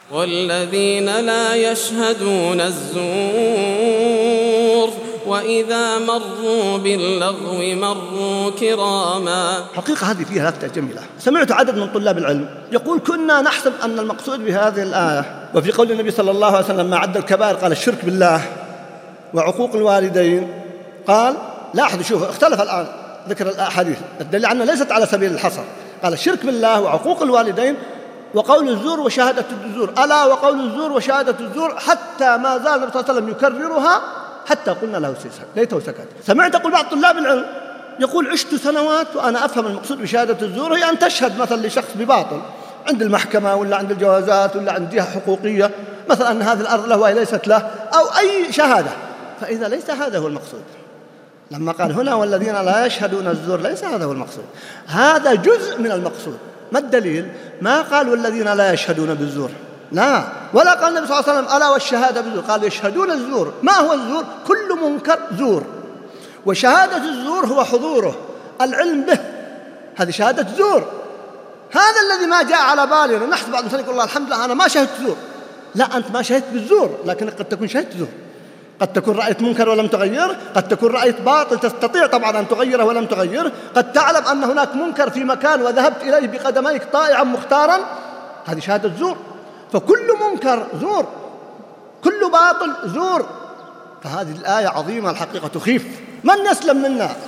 والذين لا يشهدون الزور وإذا مروا باللغو مروا كراما. حقيقة هذه فيها لفتة جميلة. سمعت عدد من طلاب العلم يقول كنا نحسب أن المقصود بهذه الآية وفي قول النبي صلى الله عليه وسلم ما عد الكبائر قال الشرك بالله وعقوق الوالدين، قال لا أحد يشوف اختلف الآن ذكر الأحاديث الدليل عنها ليست على سبيل الحصر، قال الشرك بالله وعقوق الوالدين وقول الزور وشهادة الزور، ألا وقول الزور وشهادة الزور، حتى ما زال النبي صلى الله عليه وسلم يكررها حتى قلنا له ليته سكت. سمعت يقول بعض طلاب العلم يقول عشت سنوات وأنا أفهم المقصود بشهادة الزور هي أن تشهد مثلا لشخص بباطل عند المحكمة ولا عند الجوازات ولا عند جهة حقوقية مثلا أن هذه الأرض له وهي ليست له أو أي شهادة، فإذا ليس هذا هو المقصود لما قال هنا والذين لا يشهدون الزور ليس هذا هو المقصود، هذا جزء من المقصود. ما الدليل؟ ما قال والذين لا يشهدون بالزور، لا، ولا قال النبي صلى الله عليه وسلم ألا والشهادة بالزور، قال يشهدون الزور. ما هو الزور؟ كل منكر زور، وشهادة الزور هو حضوره العلم به، هذه شهادة زور. هذا الذي ما جاء على بالنا، نحن بعض الناس يقول الله الحمد لله أنا ما شهدت زور، لا أنت ما شهدت بالزور لكن قد تكون شهدت زور، قد تكون رأيت منكر ولم تغيره، قد تكون رأيت باطل تستطيع طبعا أن تغيره ولم تغيره، قد تعلم أن هناك منكر في مكان وذهبت إليه بقدميك طائعا مختارا، هذه شهادة زور. فكل منكر زور، كل باطل زور. فهذه الآية عظيمة الحقيقة تخيف. من يسلم منا